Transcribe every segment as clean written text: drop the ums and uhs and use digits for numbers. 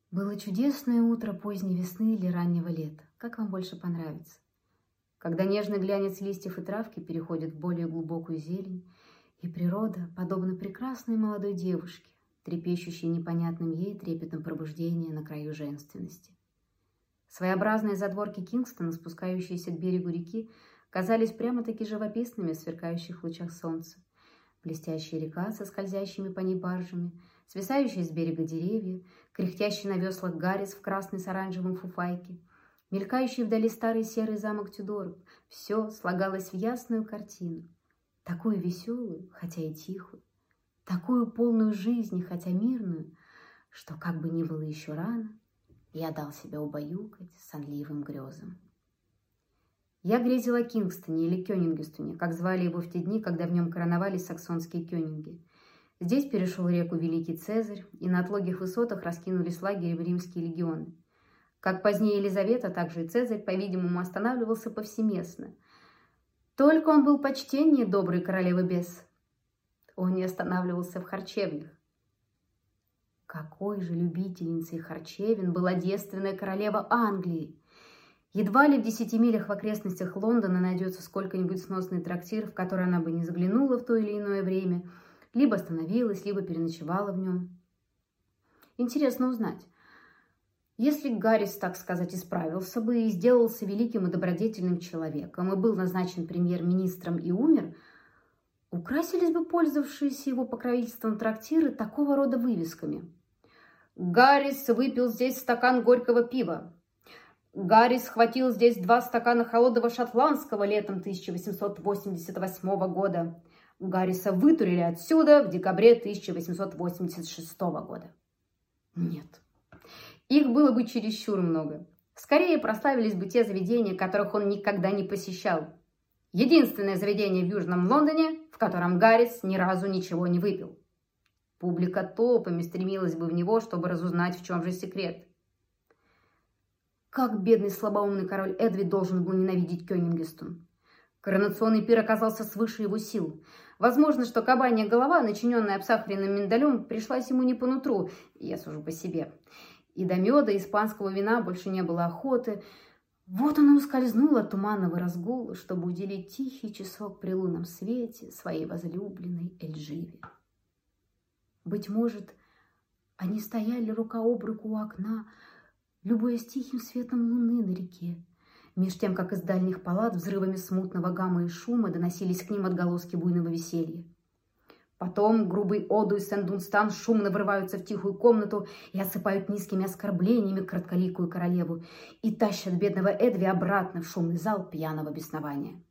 Было чудесное утро поздней весны или раннего лета. Как вам больше понравится? Когда нежный глянец листьев и травки переходит в более глубокую зелень, и природа, подобно прекрасной молодой девушке, трепещущей непонятным ей трепетом пробуждения на краю женственности. Своеобразные задворки Кингстона, спускающиеся к берегу реки, казались прямо-таки живописными в сверкающих лучах солнца. Блестящая река со скользящими по ней баржами, свисающие с берега деревья, кряхтящий на веслах Гаррис в красной с оранжевым фуфайке, мелькающий вдали старый серый замок Тюдоров — все слагалось в ясную картину, такую веселую, хотя и тихую, такую полную жизни, хотя мирную, что, как бы ни было еще рано, я дал себя убаюкать сонливым грезам. Я грезил о Кингстоне или Кёнингестоне, как звали его в те дни, когда в нем короновались саксонские кёнинги. Здесь перешел реку Великий Цезарь, и на отлогих высотах раскинулись лагеря в римские легионы. Как позднее Елизавета, так же и Цезарь, по-видимому, останавливался повсеместно. Только он был почтеннее доброй королевы Бесс. Он не останавливался в харчевнях. Какой же любительницей харчевин была девственная королева Англии! Едва ли в 10 милях в окрестностях Лондона найдется сколько-нибудь сносный трактир, в который она бы не заглянула в то или иное время, либо остановилась, либо переночевала в нем. Интересно узнать, если Гаррис, так сказать, исправился бы и сделался великим и добродетельным человеком, и был назначен премьер-министром и умер, украсились бы пользовавшиеся его покровительством трактиры такого рода вывесками: «Гаррис выпил здесь стакан горького пива», «Гаррис схватил здесь 2 стакана холодного шотландского летом 1888 года», «Гарриса вытурили отсюда в декабре 1886 года». Нет, их было бы чересчур много. Скорее прославились бы те заведения, которых он никогда не посещал. Единственное заведение в Южном Лондоне, в котором Гаррис ни разу ничего не выпил. Публика толпами стремилась бы в него, чтобы разузнать, в чем же секрет. Как бедный слабоумный король Эдвид должен был ненавидеть Кёнингестон. Коронационный пир оказался свыше его сил. Возможно, что кабанья голова, начиненная обсахаренным миндалем, пришлась ему не по нутру, я сужу по себе. И до меда, испанского вина больше не было охоты. Вот он и ускользнул от туманного разгула, чтобы уделить тихий часок при лунном свете своей возлюбленной Эльживе. Быть может, они стояли рука об руку у окна, любуясь тихим светом луны на реке, меж тем, как из дальних палат взрывами смутного гамма и шума доносились к ним отголоски буйного веселья. Потом грубый Оду и Сен-Дунстан шумно врываются в тихую комнату и осыпают низкими оскорблениями кратколикую королеву и тащат бедного Эдви обратно в шумный зал пьяного беснования.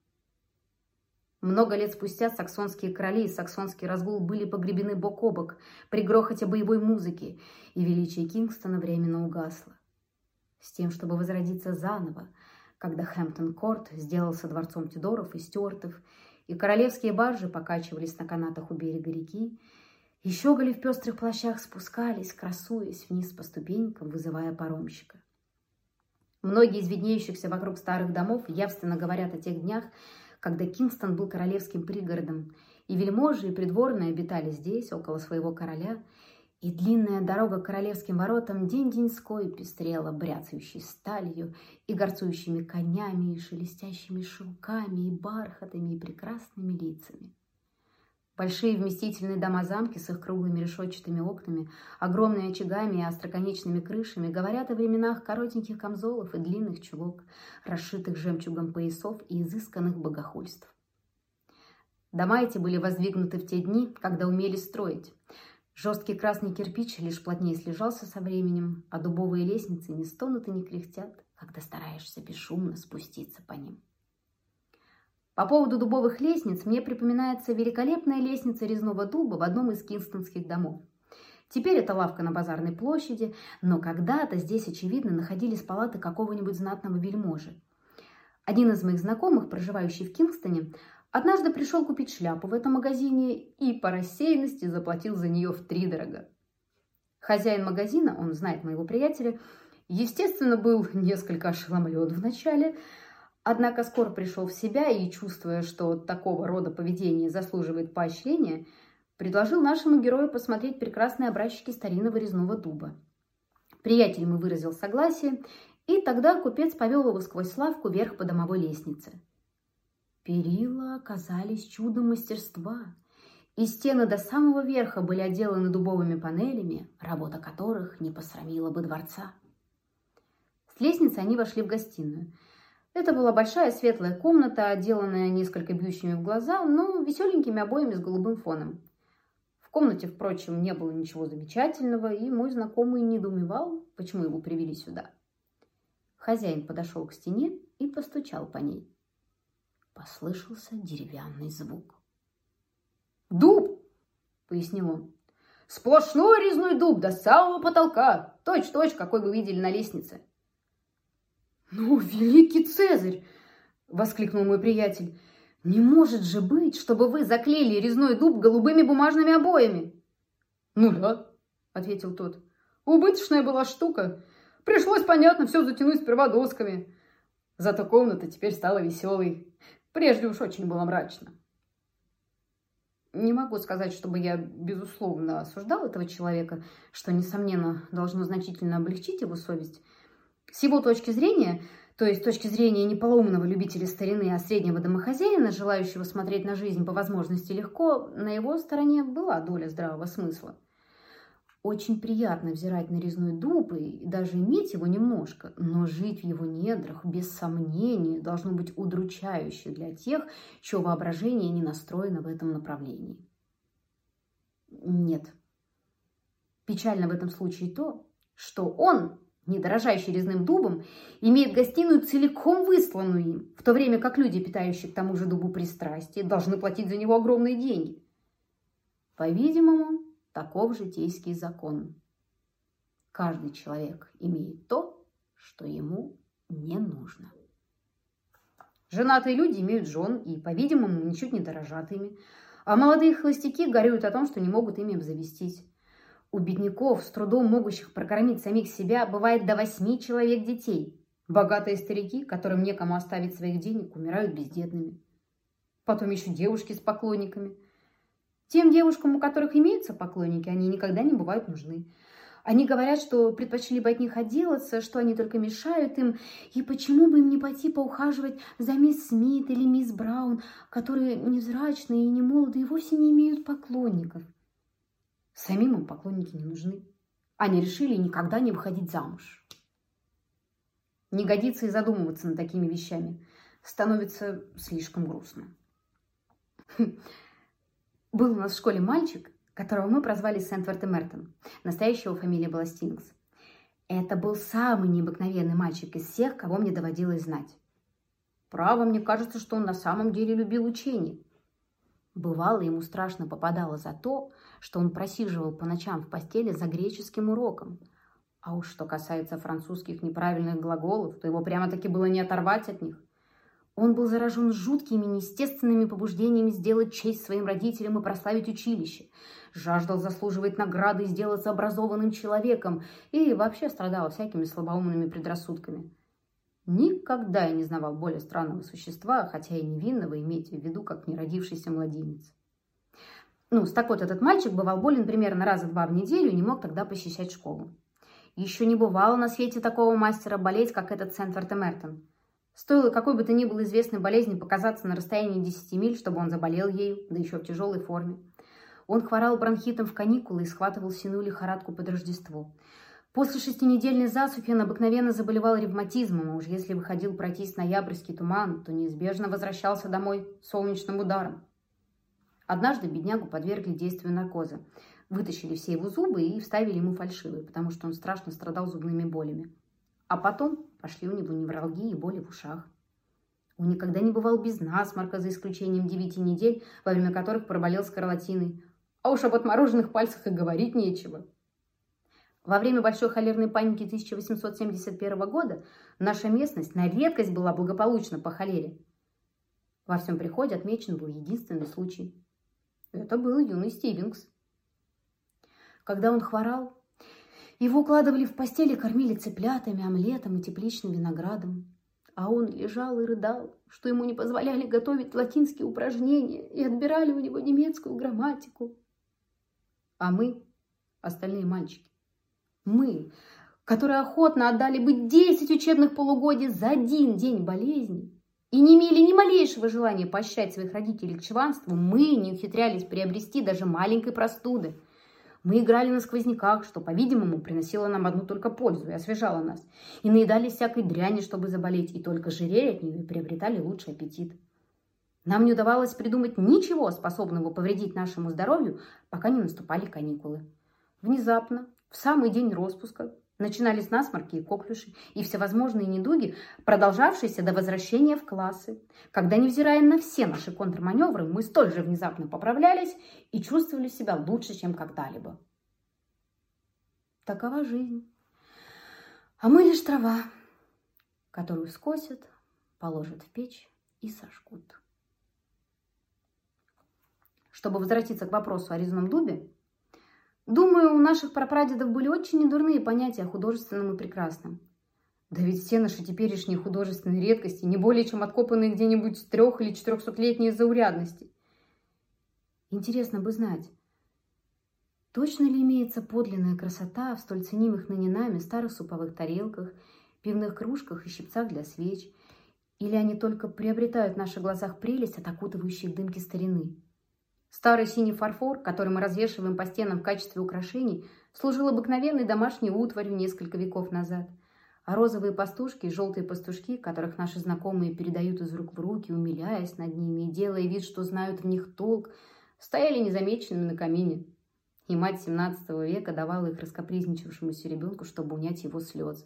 Много лет спустя саксонские короли и саксонский разгул были погребены бок о бок при грохоте боевой музыки, и величие Кингстона временно угасло. С тем, чтобы возродиться заново, когда Хэмптон-Корт сделался дворцом Тюдоров и Стюартов, и королевские баржи покачивались на канатах у берега реки, и щеголи в пестрых плащах спускались, красуясь вниз по ступенькам, вызывая паромщика. Многие из виднеющихся вокруг старых домов явственно говорят о тех днях, когда Кингстон был королевским пригородом, и вельможи и придворные обитали здесь, около своего короля, и длинная дорога к королевским воротам день-деньской пестрела бряцающей сталью и горцующими конями, и шелестящими шелками, и бархатами, и прекрасными лицами. Большие вместительные дома-замки с их круглыми решетчатыми окнами, огромными очагами и остроконечными крышами говорят о временах коротеньких камзолов и длинных чулок, расшитых жемчугом поясов и изысканных богохульств. Дома эти были воздвигнуты в те дни, когда умели строить. Жесткий красный кирпич лишь плотнее слежался со временем, а дубовые лестницы не стонут и не кряхтят, когда стараешься бесшумно спуститься по ним. По поводу дубовых лестниц мне припоминается великолепная лестница резного дуба в одном из кингстонских домов. Теперь это лавка на базарной площади, но когда-то здесь, очевидно, находились палаты какого-нибудь знатного вельможи. Один из моих знакомых, проживающий в Кингстоне, однажды пришел купить шляпу в этом магазине и по рассеянности заплатил за нее втридорога. Хозяин магазина, он знает моего приятеля, естественно, был несколько ошеломлен вначале, однако скоро пришел в себя и, чувствуя, что такого рода поведение заслуживает поощрения, предложил нашему герою посмотреть прекрасные образчики старинного резного дуба. Приятель ему выразил согласие, и тогда купец повел его сквозь лавку вверх по домовой лестнице. Перила оказались чудом мастерства, и стены до самого верха были отделаны дубовыми панелями, работа которых не посрамила бы дворца. С лестницы они вошли в гостиную. Это была большая светлая комната, отделанная несколько бьющими в глаза, но веселенькими обоями с голубым фоном. В комнате, впрочем, не было ничего замечательного, и мой знакомый недоумевал, почему его привели сюда. Хозяин подошел к стене и постучал по ней. Послышался деревянный звук. «Дуб!» — пояснил он. «Сплошной резной дуб до самого потолка, точь-в-точь, какой вы видели на лестнице». «Ну, великий Цезарь!» — воскликнул мой приятель. «Не может же быть, чтобы вы заклеили резной дуб голубыми бумажными обоями!» «Ну да», — ответил тот. «Убыточная была штука. Пришлось, понятно, все затянуть сперва досками. Зато комната теперь стала веселой. Прежде уж очень было мрачно». Не могу сказать, чтобы я, безусловно, осуждал этого человека, что, несомненно, должно значительно облегчить его совесть. С его точки зрения, то есть с точки зрения не полоумного любителя старины, а среднего домохозяина, желающего смотреть на жизнь по возможности легко, на его стороне была доля здравого смысла. Очень приятно взирать на резной дуб и даже иметь его немножко, но жить в его недрах, без сомнения, должно быть удручающе для тех, чье воображение не настроено в этом направлении. Нет. Печально в этом случае то, что он, не дорожащий резным дубом, имеет гостиную целиком высланную им, в то время как люди, питающие к тому же дубу пристрастие, должны платить за него огромные деньги. По-видимому, таков житейский закон. Каждый человек имеет то, что ему не нужно. Женатые люди имеют жен и, по-видимому, ничуть не дорожат ими, а молодые холостяки горюют о том, что не могут ими обзавестись. У бедняков, с трудом могущих прокормить самих себя, бывает до 8 человек детей. Богатые старики, которым некому оставить своих денег, умирают бездетными. Потом еще девушки с поклонниками. Тем девушкам, у которых имеются поклонники, они никогда не бывают нужны. Они говорят, что предпочли бы от них отделаться, что они только мешают им, и почему бы им не пойти поухаживать за мисс Смит или мисс Браун, которые невзрачные и немолодые и вовсе не имеют поклонников. Самим им поклонники не нужны. Они решили никогда не выходить замуж. Не годится и задумываться над такими вещами. Становится слишком грустно. Был у нас в школе мальчик, которого мы прозвали Сентфорд и Мертон. Настоящая его фамилия была Стингс. Это был самый необыкновенный мальчик из всех, кого мне доводилось знать. Право, мне кажется, что он на самом деле любил учение. Бывало, ему страшно попадало за то, что он просиживал по ночам в постели за греческим уроком. А уж что касается французских неправильных глаголов, то его прямо-таки было не оторвать от них. Он был заражен жуткими, неестественными побуждениями сделать честь своим родителям и прославить училище. Жаждал заслуживать награды и сделаться образованным человеком. И вообще страдал всякими слабоумными предрассудками. Никогда я не знавал более странного существа, хотя и невинного, имейте в виду, как неродившийся младенец. Так вот, этот мальчик бывал болен примерно раза 2 в неделю и не мог тогда посещать школу. Еще не бывало на свете такого мастера болеть, как этот Сентфорд и Мертон. Стоило какой бы то ни было известной болезни показаться на расстоянии 10 миль, чтобы он заболел ею, да еще в тяжелой форме. Он хворал бронхитом в каникулы и схватывал сильную лихорадку под Рождество. После 6-недельной засухи он обыкновенно заболевал ревматизмом, а уж если выходил пройтись ноябрьский туман, то неизбежно возвращался домой солнечным ударом. Однажды беднягу подвергли действию наркоза. Вытащили все его зубы и вставили ему фальшивые, потому что он страшно страдал зубными болями. А потом пошли у него невралгии и боли в ушах. Он никогда не бывал без насморка, за исключением 9 недель, во время которых проболел скарлатиной. А уж об отмороженных пальцах и говорить нечего. Во время большой холерной паники 1871 года наша местность на редкость была благополучна по холере. Во всем приходе отмечен был единственный случай. Это был юный Стивенс. Когда он хворал, его укладывали в постель и кормили цыплятами, омлетом и тепличным виноградом. А он лежал и рыдал, что ему не позволяли готовить латинские упражнения и отбирали у него немецкую грамматику. А мы, остальные мальчики, мы, которые охотно отдали бы 10 учебных полугодий за один день болезни и не имели ни малейшего желания поощрять своих родителей к чванству, мы не ухитрялись приобрести даже маленькой простуды. Мы играли на сквозняках, что, по-видимому, приносило нам одну только пользу и освежало нас, и наедались всякой дряни, чтобы заболеть, и только жирели от нее и приобретали лучший аппетит. Нам не удавалось придумать ничего, способного повредить нашему здоровью, пока не наступали каникулы. Внезапно, в самый день распуска, начинались насморки и коклюши, и всевозможные недуги, продолжавшиеся до возвращения в классы, когда, невзирая на все наши контрманевры, мы столь же внезапно поправлялись и чувствовали себя лучше, чем когда-либо. Такова жизнь. А мы лишь трава, которую скосят, положат в печь и сожгут. Чтобы возвратиться к вопросу о резном дубе, думаю, у наших прапрадедов были очень недурные понятия о художественном и прекрасном. Да ведь все наши теперешние художественные редкости не более чем откопанные где-нибудь 300- или 400-летние заурядности. Интересно бы знать, точно ли имеется подлинная красота в столь ценимых ныне нами старых суповых тарелках, пивных кружках и щипцах для свеч, или они только приобретают в наших глазах прелесть от окутывающей дымки старины? Старый синий фарфор, который мы развешиваем по стенам в качестве украшений, служил обыкновенной домашней утварью несколько веков назад. А розовые пастушки и желтые пастушки, которых наши знакомые передают из рук в руки, умиляясь над ними и делая вид, что знают в них толк, стояли незамеченными на камине. И мать XVII века давала их раскапризничавшемуся ребенку, чтобы унять его слезы.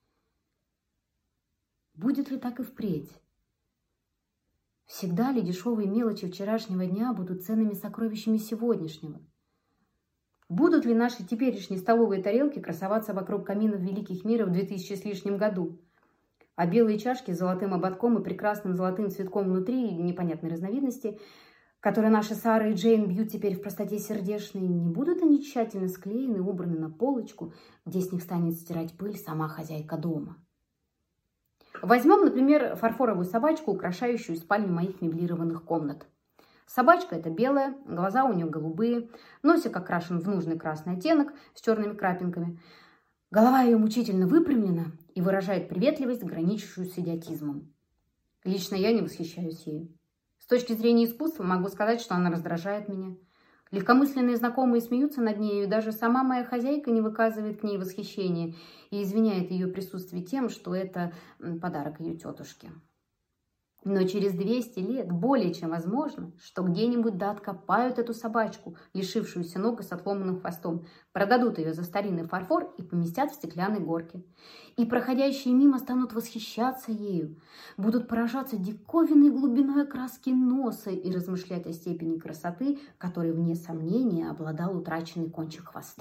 Будет ли так и впредь? Всегда ли дешевые мелочи вчерашнего дня будут ценными сокровищами сегодняшнего? Будут ли наши теперешние столовые тарелки красоваться вокруг каминов великих мира в 2000 с лишним году? А белые чашки с золотым ободком и прекрасным золотым цветком внутри непонятной разновидности, которые наши Сара и Джейн бьют теперь в простоте сердечной, не будут они тщательно склеены и убраны на полочку, где с них станет стирать пыль сама хозяйка дома? Возьмем, например, фарфоровую собачку, украшающую спальню моих меблированных комнат. Собачка эта белая, глаза у нее голубые, носик окрашен в нужный красный оттенок с черными крапинками. Голова ее мучительно выпрямлена и выражает приветливость, граничащую с идиотизмом. Лично я не восхищаюсь ею. С точки зрения искусства могу сказать, что она раздражает меня. Легкомысленные знакомые смеются над нею, и даже сама моя хозяйка не выказывает к ней восхищения и извиняет ее присутствие тем, что это подарок ее тетушке. Но через 200 лет более чем возможно, что где-нибудь да откопают эту собачку, лишившуюся ног и с отломанным хвостом, продадут ее за старинный фарфор и поместят в стеклянной горке. И проходящие мимо станут восхищаться ею, будут поражаться диковинной глубиной окраски носа и размышлять о степени красоты, которой, вне сомнения, обладал утраченный кончик хвоста.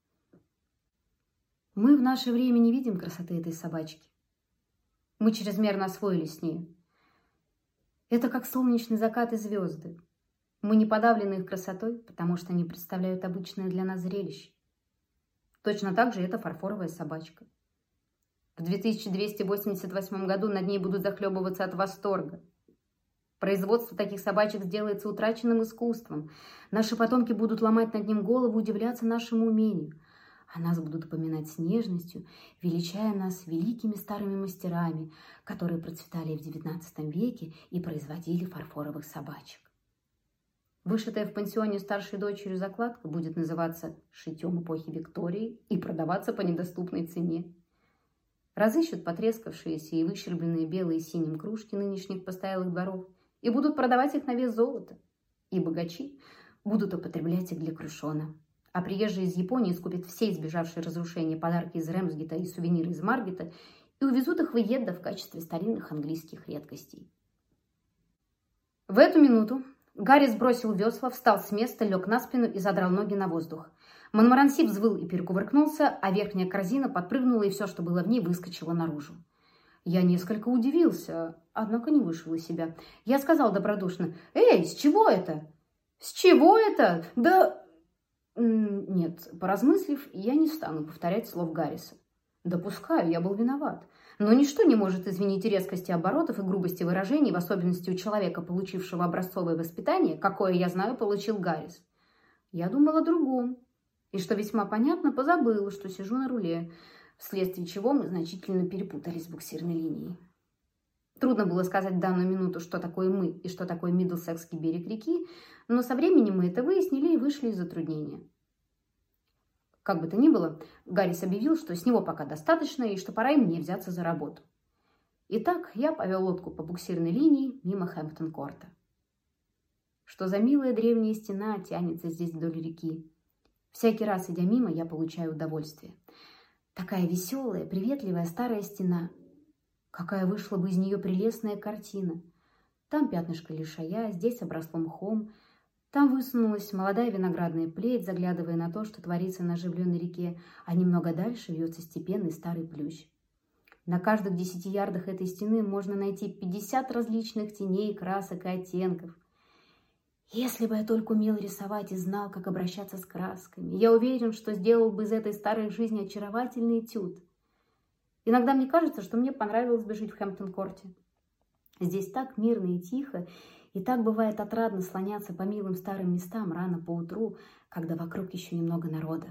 Мы в наше время не видим красоты этой собачки. Мы чрезмерно освоились с нею. Это как солнечный закат и звезды. Мы не подавлены их красотой, потому что они представляют обычное для нас зрелище. Точно так же эта фарфоровая собачка. В 2288 году над ней будут захлебываться от восторга. Производство таких собачек сделается утраченным искусством. Наши потомки будут ломать над ним голову, удивляться нашему умению. А нас будут упоминать с нежностью, величая нас великими старыми мастерами, которые процветали в XIX веке и производили фарфоровых собачек. Вышитая в пансионе старшей дочерью закладка будет называться «шитьем эпохи Виктории» и продаваться по недоступной цене. Разыщут потрескавшиеся и выщербленные белые и синим кружки нынешних постоялых дворов и будут продавать их на вес золота. И богачи будут употреблять их для крушона. А приезжие из Японии скупят все избежавшие разрушения подарки из Ремсгета и сувениры из Маргета и увезут их в Иеддо в качестве старинных английских редкостей. В эту минуту Гарри сбросил весла, встал с места, лег на спину и задрал ноги на воздух. Монморанси взвыл и перекувыркнулся, а верхняя корзина подпрыгнула, и все, что было в ней, выскочило наружу. Я несколько удивился, однако не вышел из себя. Я сказал добродушно: «Эй, с чего это?» «С чего это? Да...» Нет, поразмыслив, я не стану повторять слов Гарриса. Допускаю, я был виноват. Но ничто не может извинить резкости оборотов и грубости выражений, в особенности у человека, получившего образцовое воспитание, какое, я знаю, получил Гаррис. Я думала о другом. И, что весьма понятно, позабыла, что сижу на руле. вследствие чего мы значительно перепутались с буксирной линией. Трудно было сказать в данную минуту, что такое мы и что такое Мидлсекский берег реки, но со временем мы это выяснили и вышли из затруднения. Как бы то ни было, Гаррис объявил, что с него пока достаточно и что пора и мне взяться за работу. Итак, я повел лодку по буксирной линии мимо Хэмптон-Корта. Что за милая древняя стена тянется здесь вдоль реки. Всякий раз, идя мимо, я получаю удовольствие. Такая веселая, приветливая старая стена. Какая вышла бы из нее прелестная картина. Там пятнышко лишая, здесь обросло мхом. Там высунулась молодая виноградная плеть, заглядывая на то, что творится на оживленной реке, а немного дальше вьется степенный старый плющ. На каждых 10 ярдах этой стены можно найти 50 различных теней, красок и оттенков. Если бы я только умел рисовать и знал, как обращаться с красками, я уверен, что сделал бы из этой старой жизни очаровательный этюд. Иногда мне кажется, что мне понравилось бы жить в Хэмптон-Корте. Здесь так мирно и тихо, и так бывает отрадно слоняться по милым старым местам рано поутру, когда вокруг еще немного народа.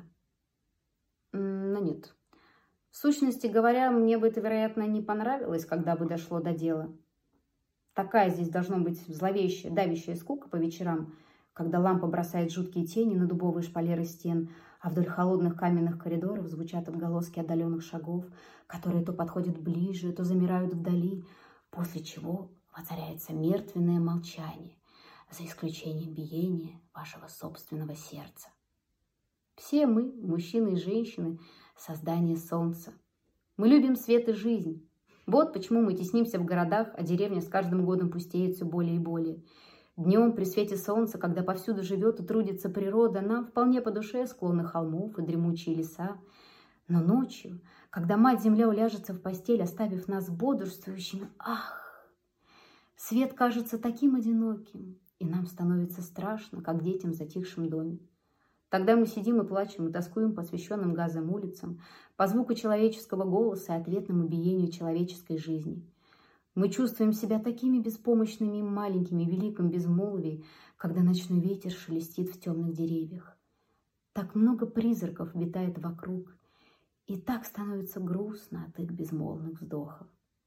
Но нет. В сущности говоря, мне бы это, вероятно, не понравилось, когда бы дошло до дела. Такая здесь должна быть зловещая, давящая скука по вечерам, когда лампа бросает жуткие тени на дубовые шпалеры стен, а вдоль холодных каменных коридоров звучат отголоски отдаленных шагов, которые то подходят ближе, то замирают вдали, после чего воцаряется мертвенное молчание, за исключением биения вашего собственного сердца. Все мы, мужчины и женщины, создание солнца. Мы любим свет и жизнь. Вот почему мы теснимся в городах, а деревня с каждым годом пустеет все более и более. Днем при свете солнца, когда повсюду живет и трудится природа, нам вполне по душе склоны холмов и дремучие леса. Но ночью, когда мать-земля уляжется в постель, оставив нас бодрствующими, ах, свет кажется таким одиноким, и нам становится страшно, как детям в затихшем доме. Тогда мы сидим и плачем, и тоскуем по освещенным газом улицам, по звуку человеческого голоса и ответному биению человеческой жизни. Мы чувствуем себя такими беспомощными и маленькими в великом безмолвии, когда ночной ветер шелестит в темных деревьях. Так много призраков витает вокруг, и так становится грустно от их безмолвных вздохов.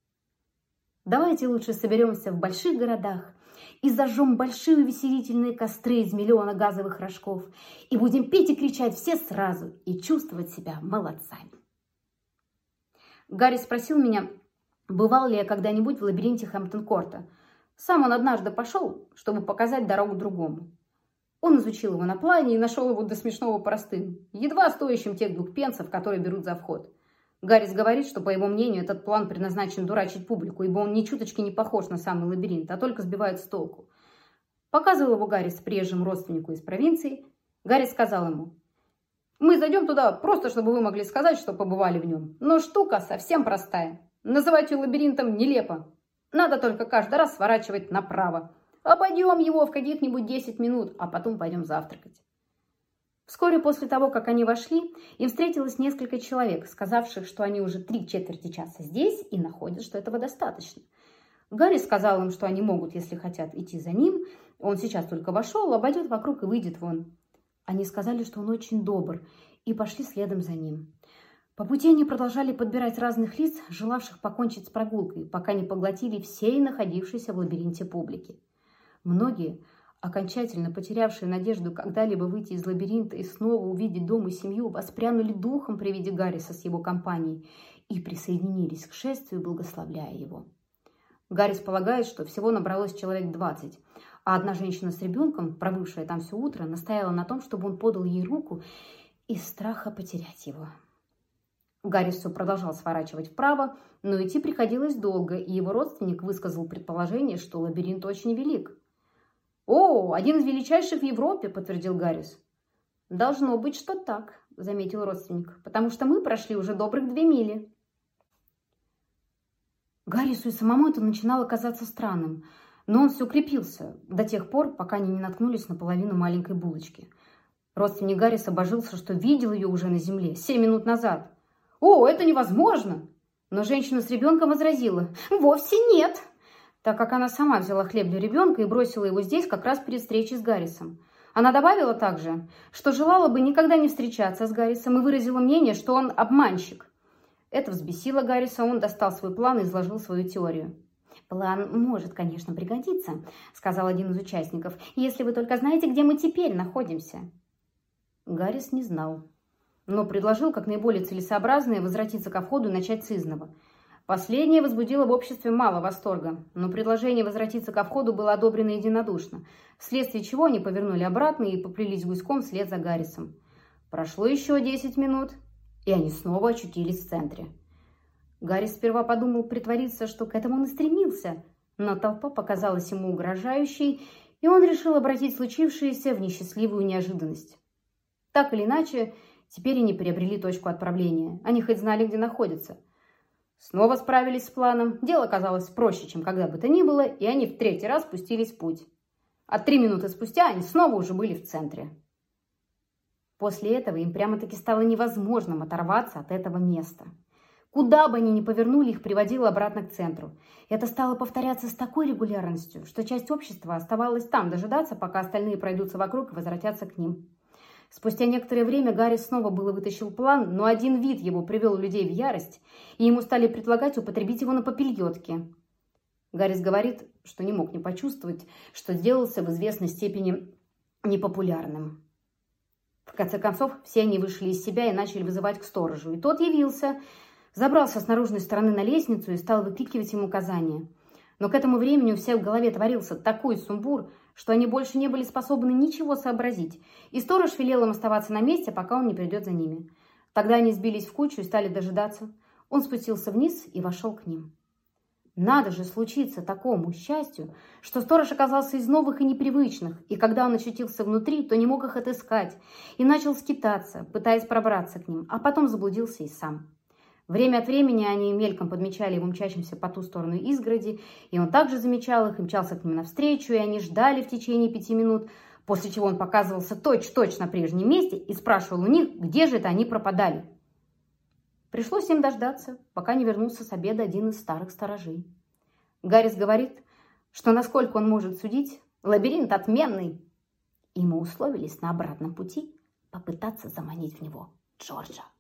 Давайте лучше соберемся в больших городах и зажжем большие увеселительные костры из миллиона газовых рожков и будем петь и кричать все сразу и чувствовать себя молодцами. Гарри спросил меня, бывал ли я когда-нибудь в лабиринте Хэмптон-Корта. Сам он однажды пошел, чтобы показать дорогу другому. Он изучил его на плане и нашел его до смешного простым, едва стоящим тех 2 пенсов, которые берут за вход. Гаррис говорит, что, по его мнению, этот план предназначен дурачить публику, ибо он ни чуточки не похож на самый лабиринт, а только сбивает с толку. Показывал его Гаррис приезжему родственнику из провинции. Гаррис сказал ему, «Мы зайдем туда просто, чтобы вы могли сказать, что побывали в нем. Но штука совсем простая. Называть ее лабиринтом нелепо. Надо только каждый раз сворачивать направо. Обойдем его в каких-нибудь 10 минут, а потом пойдем завтракать». Вскоре после того, как они вошли, им встретилось несколько человек, сказавших, что они уже 3/4 часа здесь и находят, что этого достаточно. Гарри сказал им, что они могут, если хотят, идти за ним. Он сейчас только вошел, обойдет вокруг и выйдет вон. Они сказали, что он очень добр, и пошли следом за ним. По пути они продолжали подбирать разных лиц, желавших покончить с прогулкой, пока не поглотили всей находившейся в лабиринте публики. Многие, окончательно потерявшие надежду когда-либо выйти из лабиринта и снова увидеть дом и семью, воспрянули духом при виде Гарриса с его компанией и присоединились к шествию, благословляя его. Гаррис полагает, что всего набралось человек 20, а одна женщина с ребенком, пробывшая там все утро, настояла на том, чтобы он подал ей руку из страха потерять его. Гаррис все продолжал сворачивать вправо, но идти приходилось долго, и его родственник высказал предположение, что лабиринт очень велик. «О, один из величайших в Европе», – подтвердил Гаррис. «Должно быть, что так», – заметил родственник, «потому что мы прошли уже добрых 2 мили». Гаррису и самому это начинало казаться странным, но он все крепился до тех пор, пока они не наткнулись на половину маленькой булочки. Родственник Гарриса божился, что видел ее уже на земле 7 минут назад. «О, это невозможно!» Но женщина с ребенком возразила: «Вовсе нет!» так как она сама взяла хлеб для ребенка и бросила его здесь как раз перед встречей с Гаррисом. Она добавила также, что желала бы никогда не встречаться с Гаррисом и выразила мнение, что он обманщик. Это взбесило Гарриса, он достал свой план и изложил свою теорию. «План может, конечно, пригодиться», — сказал один из участников, «если вы только знаете, где мы теперь находимся». Гаррис не знал, но предложил, как наиболее целесообразное, возвратиться ко входу и начать с изного. Последнее возбудило в обществе мало восторга, но предложение возвратиться ко входу было одобрено единодушно, вследствие чего они повернули обратно и поплелись гуськом вслед за Гаррисом. Прошло еще 10 минут, и они снова очутились в центре. Гаррис сперва подумал притвориться, что к этому он и стремился, но толпа показалась ему угрожающей, и он решил обратить случившееся в несчастливую неожиданность. Так или иначе, теперь они приобрели точку отправления, они хоть знали, где находятся. Снова справились с планом, дело казалось проще, чем когда бы то ни было, и они в третий раз пустились в путь. А 3 минуты спустя они снова уже были в центре. После этого им прямо-таки стало невозможным оторваться от этого места. Куда бы они ни повернули, их приводило обратно к центру. Это стало повторяться с такой регулярностью, что часть общества оставалась там дожидаться, пока остальные пройдутся вокруг и возвратятся к ним. Спустя некоторое время Гаррис снова было вытащил план, но один вид его привел людей в ярость, и ему стали предлагать употребить его на попельотке. Гаррис говорит, что не мог не почувствовать, что сделался в известной степени непопулярным. В конце концов, все они вышли из себя и начали вызывать к сторожу, и тот явился, забрался с наружной стороны на лестницу и стал выкрикивать им указания. Но к этому времени у всех в голове творился такой сумбур, что они больше не были способны ничего сообразить, и сторож велел им оставаться на месте, пока он не придет за ними. Тогда они сбились в кучу и стали дожидаться. Он спустился вниз и вошел к ним. Надо же случиться такому счастью, что сторож оказался из новых и непривычных, и когда он очутился внутри, то не мог их отыскать, и начал скитаться, пытаясь пробраться к ним, а потом заблудился и сам. Время от времени они мельком подмечали его мчащимся по ту сторону изгороди, и он также замечал их и мчался к ним навстречу, и они ждали в течение 5 минут, после чего он показывался точь-в-точь на прежнем месте и спрашивал у них, где же это они пропадали. Пришлось им дождаться, пока не вернулся с обеда один из старых сторожей. Гаррис говорит, что, насколько он может судить, лабиринт отменный, и мы условились на обратном пути попытаться заманить в него Джорджа.